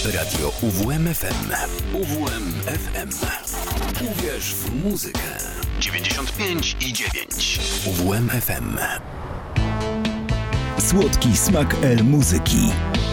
Radio UWMFM. UWMFM. Uwierz w muzykę. 95,9. UWMFM. Słodki smak muzyki.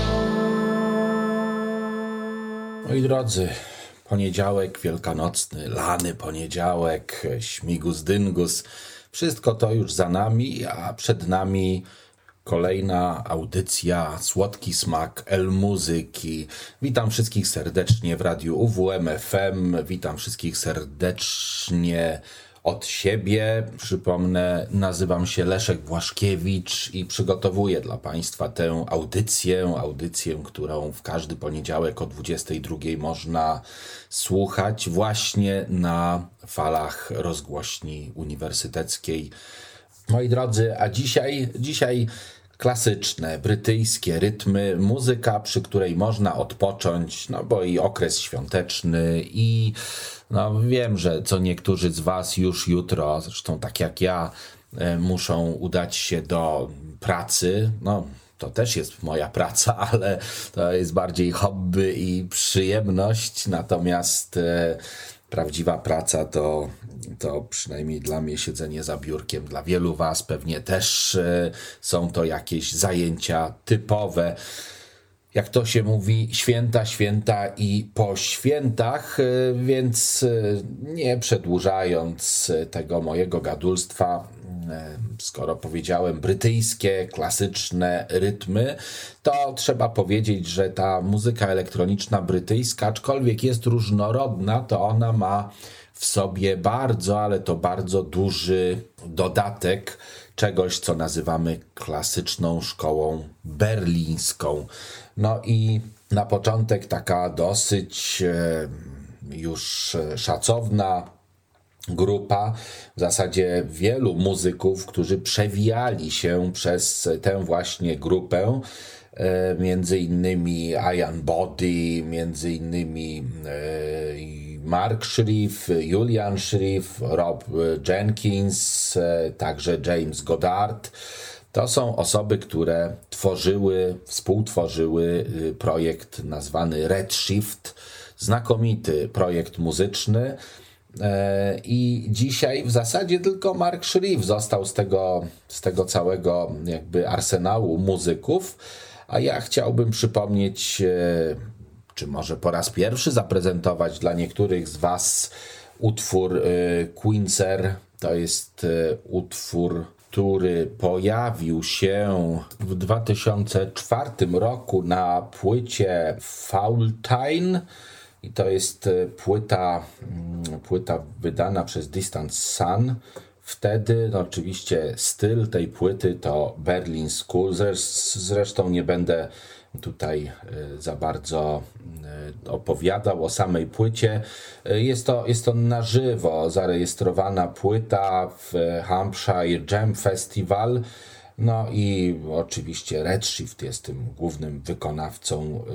Moi drodzy, poniedziałek wielkanocny, lany poniedziałek, śmigus dyngus. Wszystko to już za nami, a przed nami kolejna audycja Słodki smak muzyki. Witam wszystkich serdecznie w radiu UWMFM. Witam wszystkich serdecznie od siebie. Przypomnę, nazywam się Leszek Błaszkiewicz i przygotowuję dla Państwa tę audycję, którą w każdy poniedziałek o 22 można słuchać właśnie na falach rozgłośni uniwersyteckiej. Moi drodzy, a dzisiaj klasyczne, brytyjskie rytmy, muzyka, przy której można odpocząć, no bo i okres świąteczny i no wiem, że co niektórzy z Was już jutro, zresztą tak jak ja, muszą udać się do pracy, no to też jest moja praca, ale to jest bardziej hobby i przyjemność, natomiast prawdziwa praca to przynajmniej dla mnie siedzenie za biurkiem. Dla wielu Was pewnie też są to jakieś zajęcia typowe. Jak to się mówi, święta i po świętach, więc nie przedłużając tego mojego gadulstwa, skoro powiedziałem brytyjskie, klasyczne rytmy, to trzeba powiedzieć, że ta muzyka elektroniczna brytyjska, aczkolwiek jest różnorodna, to ona ma w sobie bardzo, ale to bardzo duży dodatek czegoś, co nazywamy klasyczną szkołą berlińską. No i na początek taka dosyć już szacowna grupa, w zasadzie wielu muzyków, którzy przewijali się przez tę właśnie grupę, między innymi Ian Boddy, między innymi Mark Shrieve, Julian Shrieve, Rob Jenkins, także James Goddard. To są osoby, które współtworzyły projekt nazwany Redshift, znakomity projekt muzyczny. I dzisiaj w zasadzie tylko Mark Shrieve został z tego całego jakby arsenału muzyków, a ja chciałbym przypomnieć, czy może po raz pierwszy zaprezentować dla niektórych z Was utwór Queenser. To jest utwór, który pojawił się w 2004 roku na płycie Faultine. I to jest płyta wydana przez Distant Sun. Wtedy oczywiście styl tej płyty to Berlin School. Zresztą nie będę tutaj za bardzo opowiadał o samej płycie. Jest to na żywo zarejestrowana płyta w Hampshire Jam Festival. No i oczywiście Redshift jest tym głównym wykonawcą,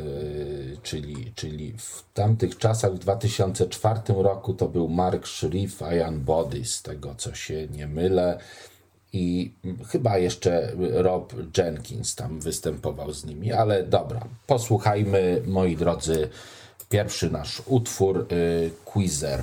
czyli w tamtych czasach, w 2004 roku to był Mark Shrieve, Ian Boddy, z tego co się nie mylę, i chyba jeszcze Rob Jenkins tam występował z nimi, ale dobra, posłuchajmy, moi drodzy, pierwszy nasz utwór, Queenser.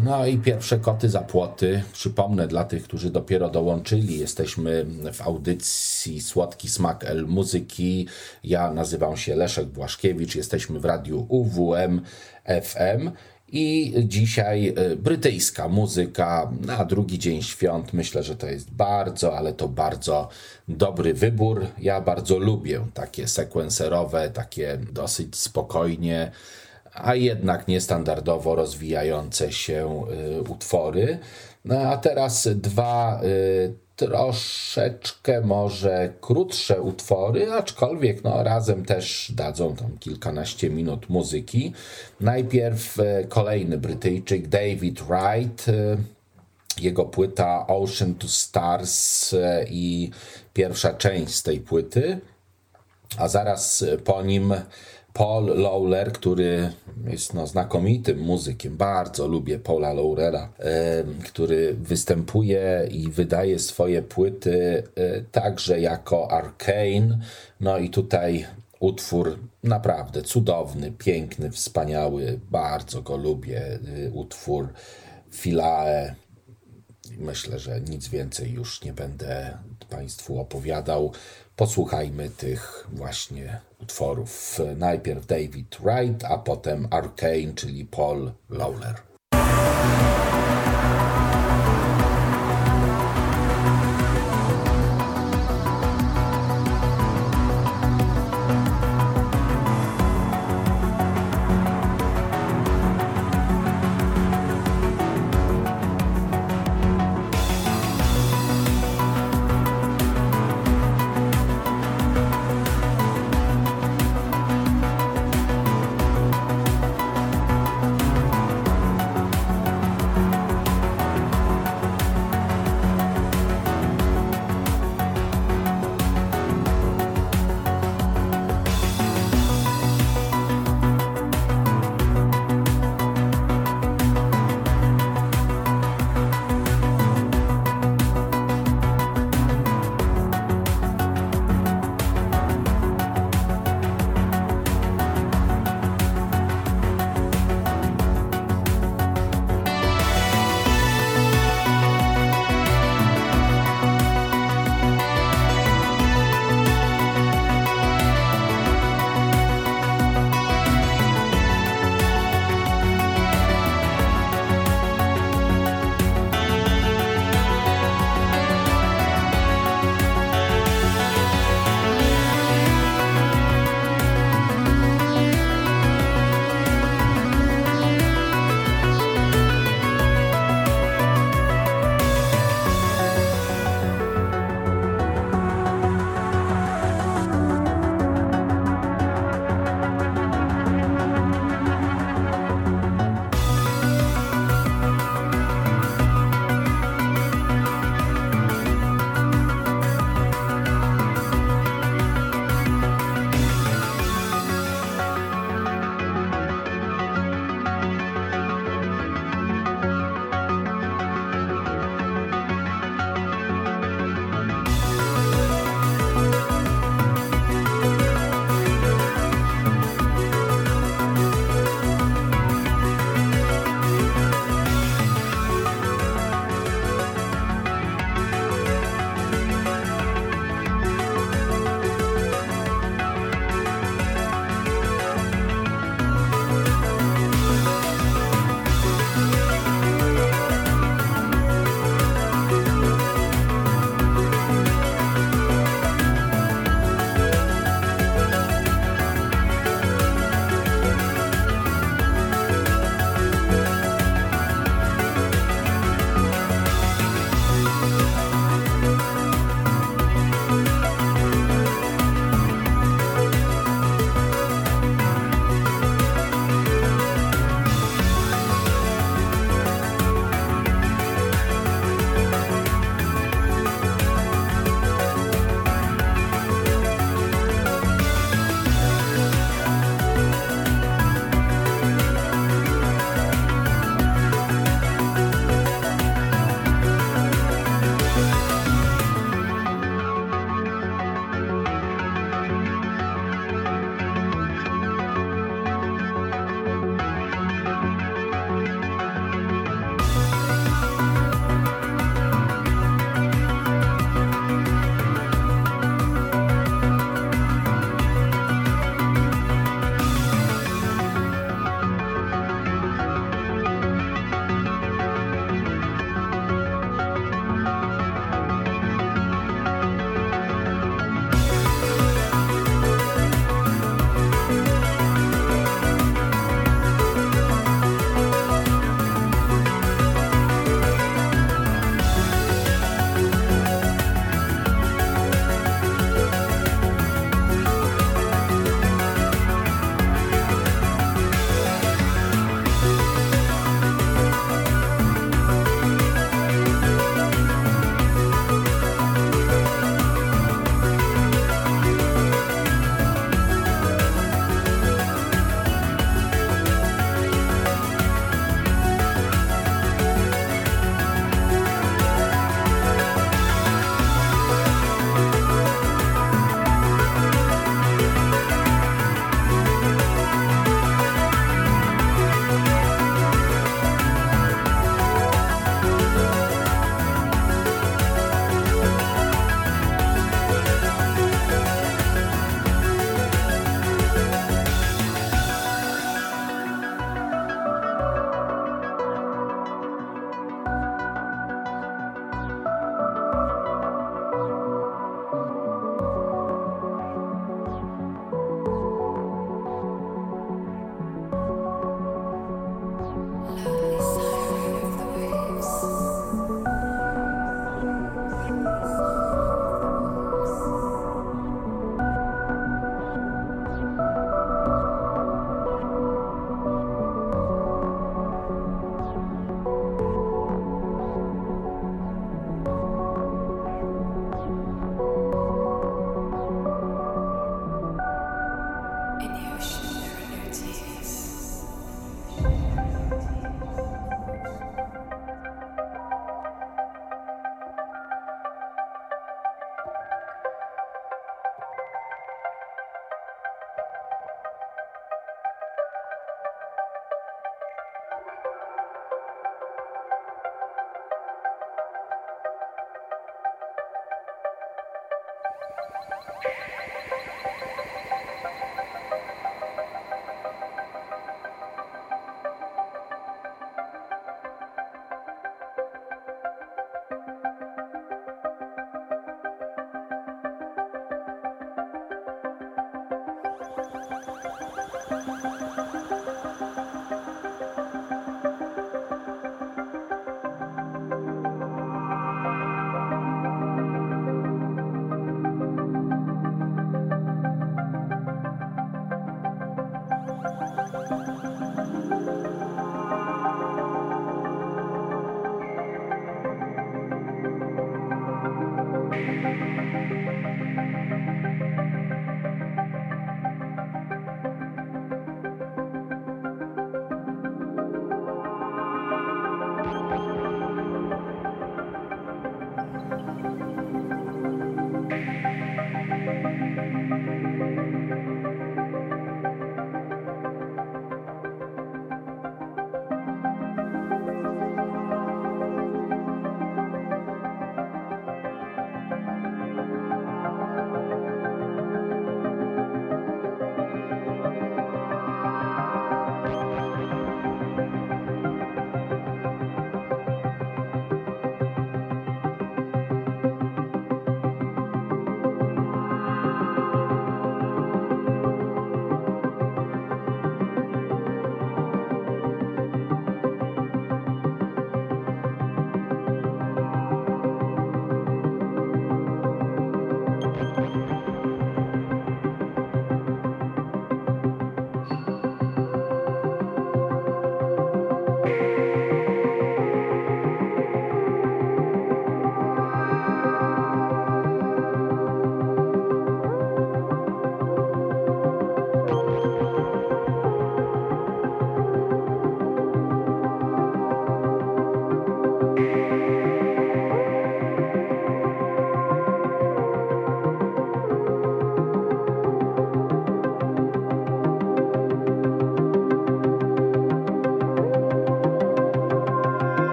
No i pierwsze koty za płoty. Przypomnę dla tych, którzy dopiero dołączyli. Jesteśmy w audycji Słodki Smak El Muzyki. Ja nazywam się Leszek Błaszkiewicz. Jesteśmy w radiu UWM FM. I dzisiaj brytyjska muzyka na drugi dzień świąt. Myślę, że to jest ale to bardzo dobry wybór. Ja bardzo lubię takie sekwenserowe, takie dosyć spokojnie, a jednak niestandardowo rozwijające się utwory. No a teraz dwa troszeczkę może krótsze utwory, aczkolwiek razem też dadzą tam kilkanaście minut muzyki. Najpierw kolejny Brytyjczyk, David Wright, jego płyta Ocean to Stars i pierwsza część z tej płyty, a zaraz po nim Paul Lawler, który jest znakomitym muzykiem, bardzo lubię Paula Lawlera, który występuje i wydaje swoje płyty także jako Arcane. No i tutaj utwór naprawdę cudowny, piękny, wspaniały, bardzo go lubię, utwór Philae. Myślę, że nic więcej już nie będę Państwu opowiadał. Posłuchajmy tych właśnie utworów. Najpierw David Wright, a potem Arcane, czyli Paul Lawler.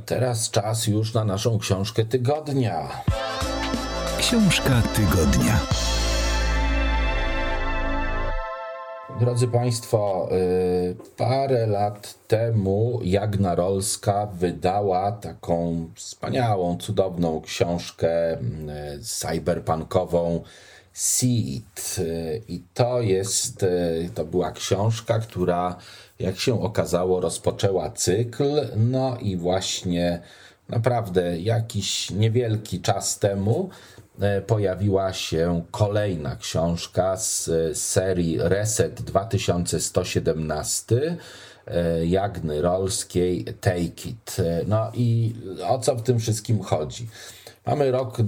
teraz czas już na naszą książkę tygodnia. Książka tygodnia. Drodzy Państwo, parę lat temu Jagna Rolska wydała taką wspaniałą, cudowną książkę cyberpunkową Seed. I to była książka, która, jak się okazało, rozpoczęła cykl. No i właśnie naprawdę jakiś niewielki czas temu pojawiła się kolejna książka z serii Reset 2117 Jagny Rolskiej Take It. No i o co w tym wszystkim chodzi? Mamy rok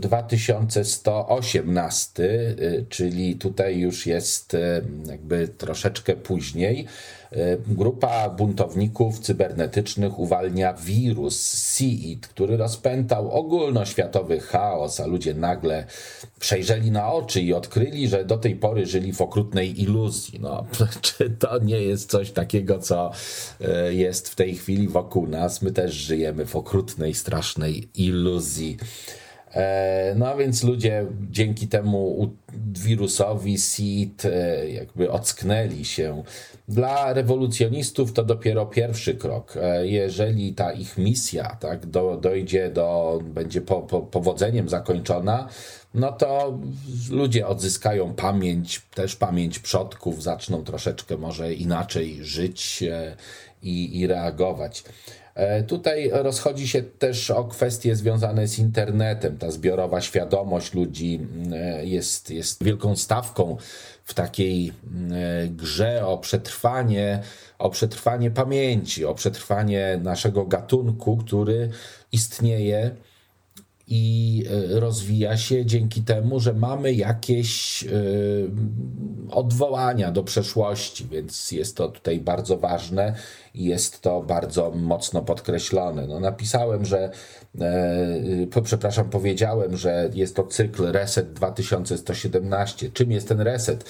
2118, czyli tutaj już jest jakby troszeczkę później. Grupa buntowników cybernetycznych uwalnia wirus Seed, który rozpętał ogólnoświatowy chaos, a ludzie nagle przejrzeli na oczy i odkryli, że do tej pory żyli w okrutnej iluzji. No, czy to nie jest coś takiego, co jest w tej chwili wokół nas? My też żyjemy w okrutnej, strasznej iluzji. No więc ludzie dzięki temu wirusowi Seed jakby ocknęli się. Dla rewolucjonistów to dopiero pierwszy krok. Jeżeli ta ich misja będzie powodzeniem zakończona, no to ludzie odzyskają pamięć przodków, zaczną troszeczkę może inaczej żyć i reagować. Tutaj rozchodzi się też o kwestie związane z internetem. Ta zbiorowa świadomość ludzi jest wielką stawką w takiej grze o przetrwanie pamięci, o przetrwanie naszego gatunku, który istnieje i rozwija się dzięki temu, że mamy jakieś odwołania do przeszłości, więc jest to tutaj bardzo ważne i jest to bardzo mocno podkreślone. Powiedziałem, że jest to cykl Reset 2117. Czym jest ten reset?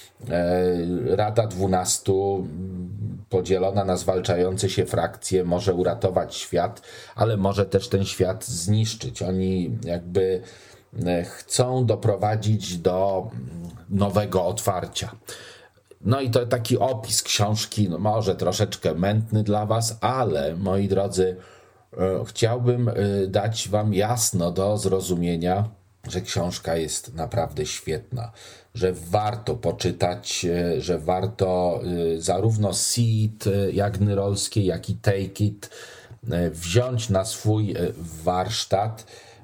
Rada 12 podzielona na zwalczające się frakcje może uratować świat, ale może też ten świat zniszczyć. Oni jakby chcą doprowadzić do nowego otwarcia. No i to taki opis książki, może troszeczkę mętny dla Was, ale moi drodzy, chciałbym dać Wam jasno do zrozumienia, że książka jest naprawdę świetna, że warto poczytać, że warto zarówno Seed Jagny Rolskiej, jak i Take It wziąć na swój warsztat.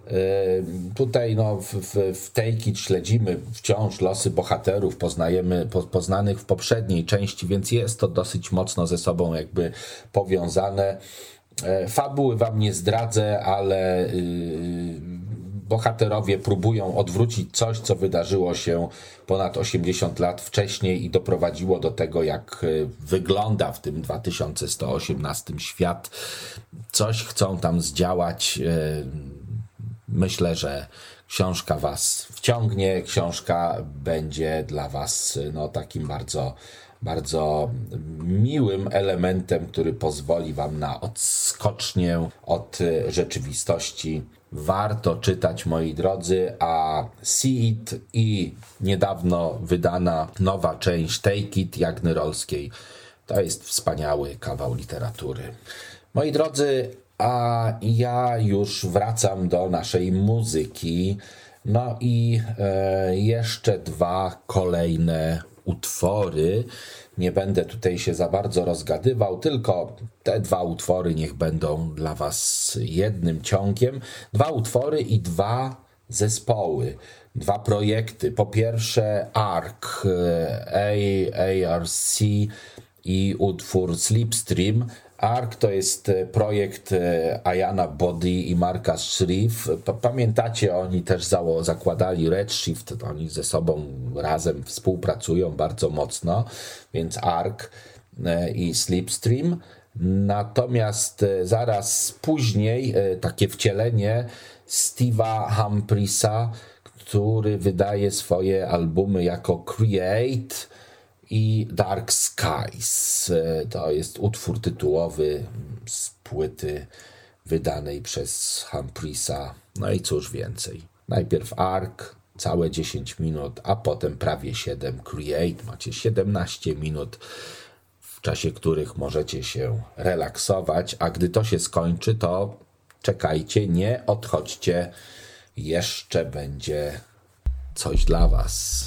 Tutaj w Take It śledzimy wciąż losy bohaterów poznanych w poprzedniej części, więc jest to dosyć mocno ze sobą jakby powiązane. Fabuły Wam nie zdradzę, ale bohaterowie próbują odwrócić coś, co wydarzyło się ponad 80 lat wcześniej i doprowadziło do tego, jak wygląda w tym 2118 świat. Coś chcą tam zdziałać. Myślę, że książka Was wciągnie, książka będzie dla Was takim bardzo, bardzo miłym elementem, który pozwoli Wam na odskocznię od rzeczywistości. Warto czytać, moi drodzy, a Seed i niedawno wydana nowa część Take It Jagny Rolskiej to jest wspaniały kawał literatury. Moi drodzy, a ja już wracam do naszej muzyki. No i jeszcze dwa kolejne utwory. Nie będę tutaj się za bardzo rozgadywał, tylko te dwa utwory niech będą dla Was jednym ciągiem. Dwa utwory i dwa zespoły, dwa projekty. Po pierwsze ARC i utwór Slipstream. ARC to jest projekt Ayana Body i Marka Shreve. Pamiętacie, oni też zakładali Redshift, oni ze sobą razem współpracują bardzo mocno, więc ARC i Slipstream. Natomiast zaraz później takie wcielenie Steve'a Humphreysa, który wydaje swoje albumy jako Create i Dark Skies. To jest utwór tytułowy z płyty wydanej przez Humphreys'a. No i cóż więcej. Najpierw Ark, całe 10 minut, a potem prawie 7 Create. Macie 17 minut, w czasie których możecie się relaksować, a gdy to się skończy, to czekajcie, nie odchodźcie. Jeszcze będzie coś dla was.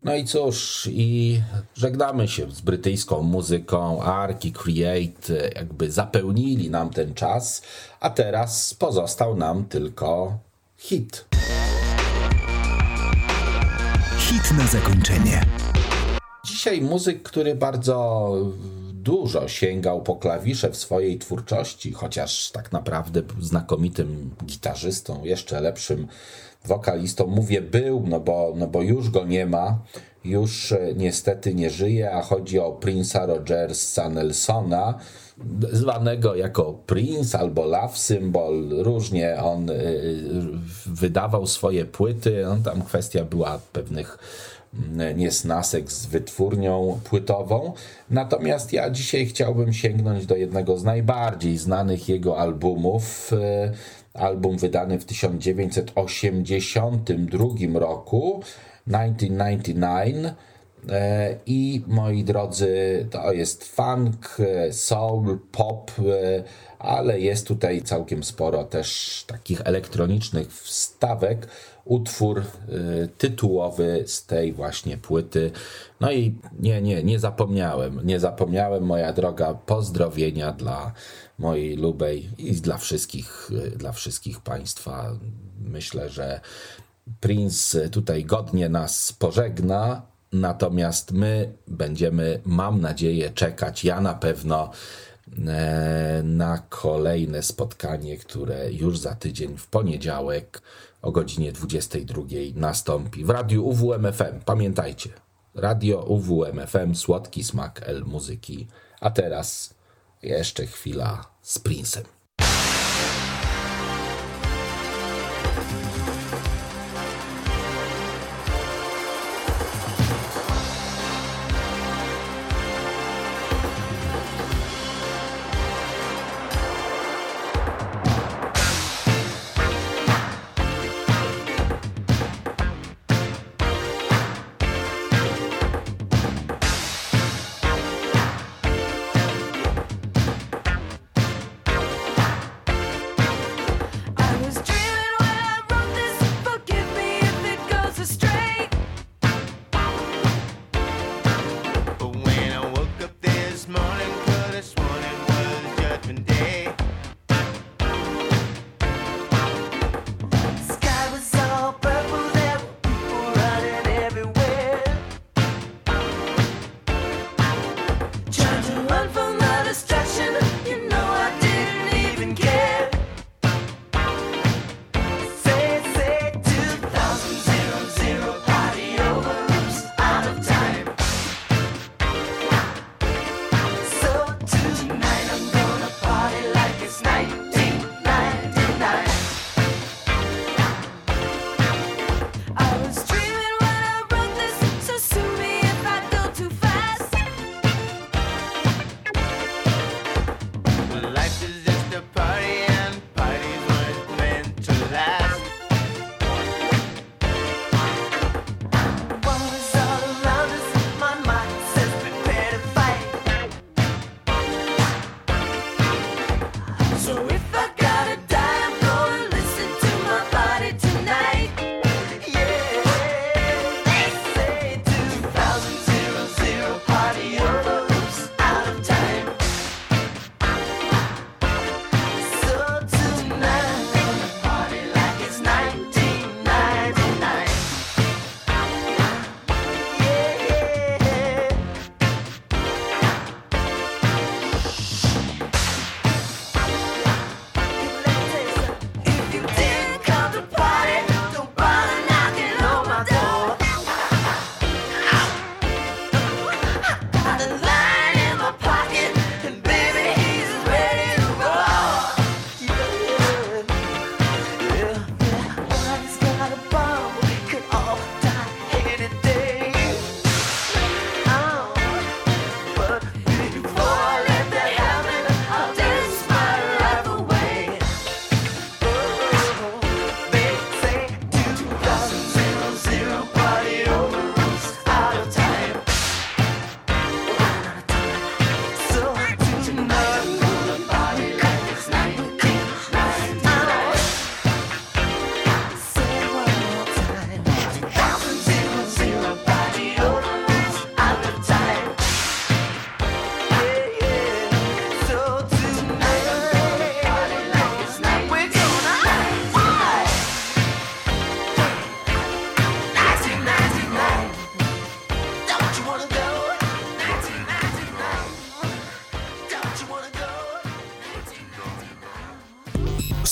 No i cóż, i żegnamy się z brytyjską muzyką. Ark i Create jakby zapełnili nam ten czas, a teraz pozostał nam tylko hit. Hit na zakończenie. Dzisiaj muzyk, który bardzo dużo sięgał po klawisze w swojej twórczości, chociaż tak naprawdę był znakomitym gitarzystą, jeszcze lepszym wokalistą. Mówię był, no bo już go nie ma, już niestety nie żyje, a chodzi o Prince'a Rogersa Nelsona, zwanego jako Prince albo Love Symbol. Różnie on wydawał swoje płyty. No, tam kwestia była pewnych niesnasek z wytwórnią płytową. Natomiast ja dzisiaj chciałbym sięgnąć do jednego z najbardziej znanych jego albumów. Album wydany w 1982 roku, 1999. I moi drodzy, to jest funk, soul, pop, ale jest tutaj całkiem sporo też takich elektronicznych wstawek. Utwór tytułowy z tej właśnie płyty. No i nie zapomniałem, moja droga, pozdrowienia dla mojej lubej i dla wszystkich Państwa. Myślę, że Prince tutaj godnie nas pożegna, natomiast my będziemy, mam nadzieję, czekać, ja na pewno, na kolejne spotkanie, które już za tydzień w poniedziałek o godzinie 22 nastąpi w Radiu UWM FM. Pamiętajcie, Radio UWM FM, słodki smak El muzyki. A teraz jeszcze chwila z Prince'em. I was dreaming when I wrote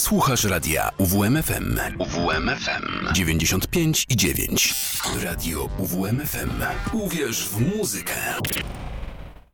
Słuchasz radia UWMFM. UWMFM 95,9. Radio UWMFM. Uwierz w muzykę.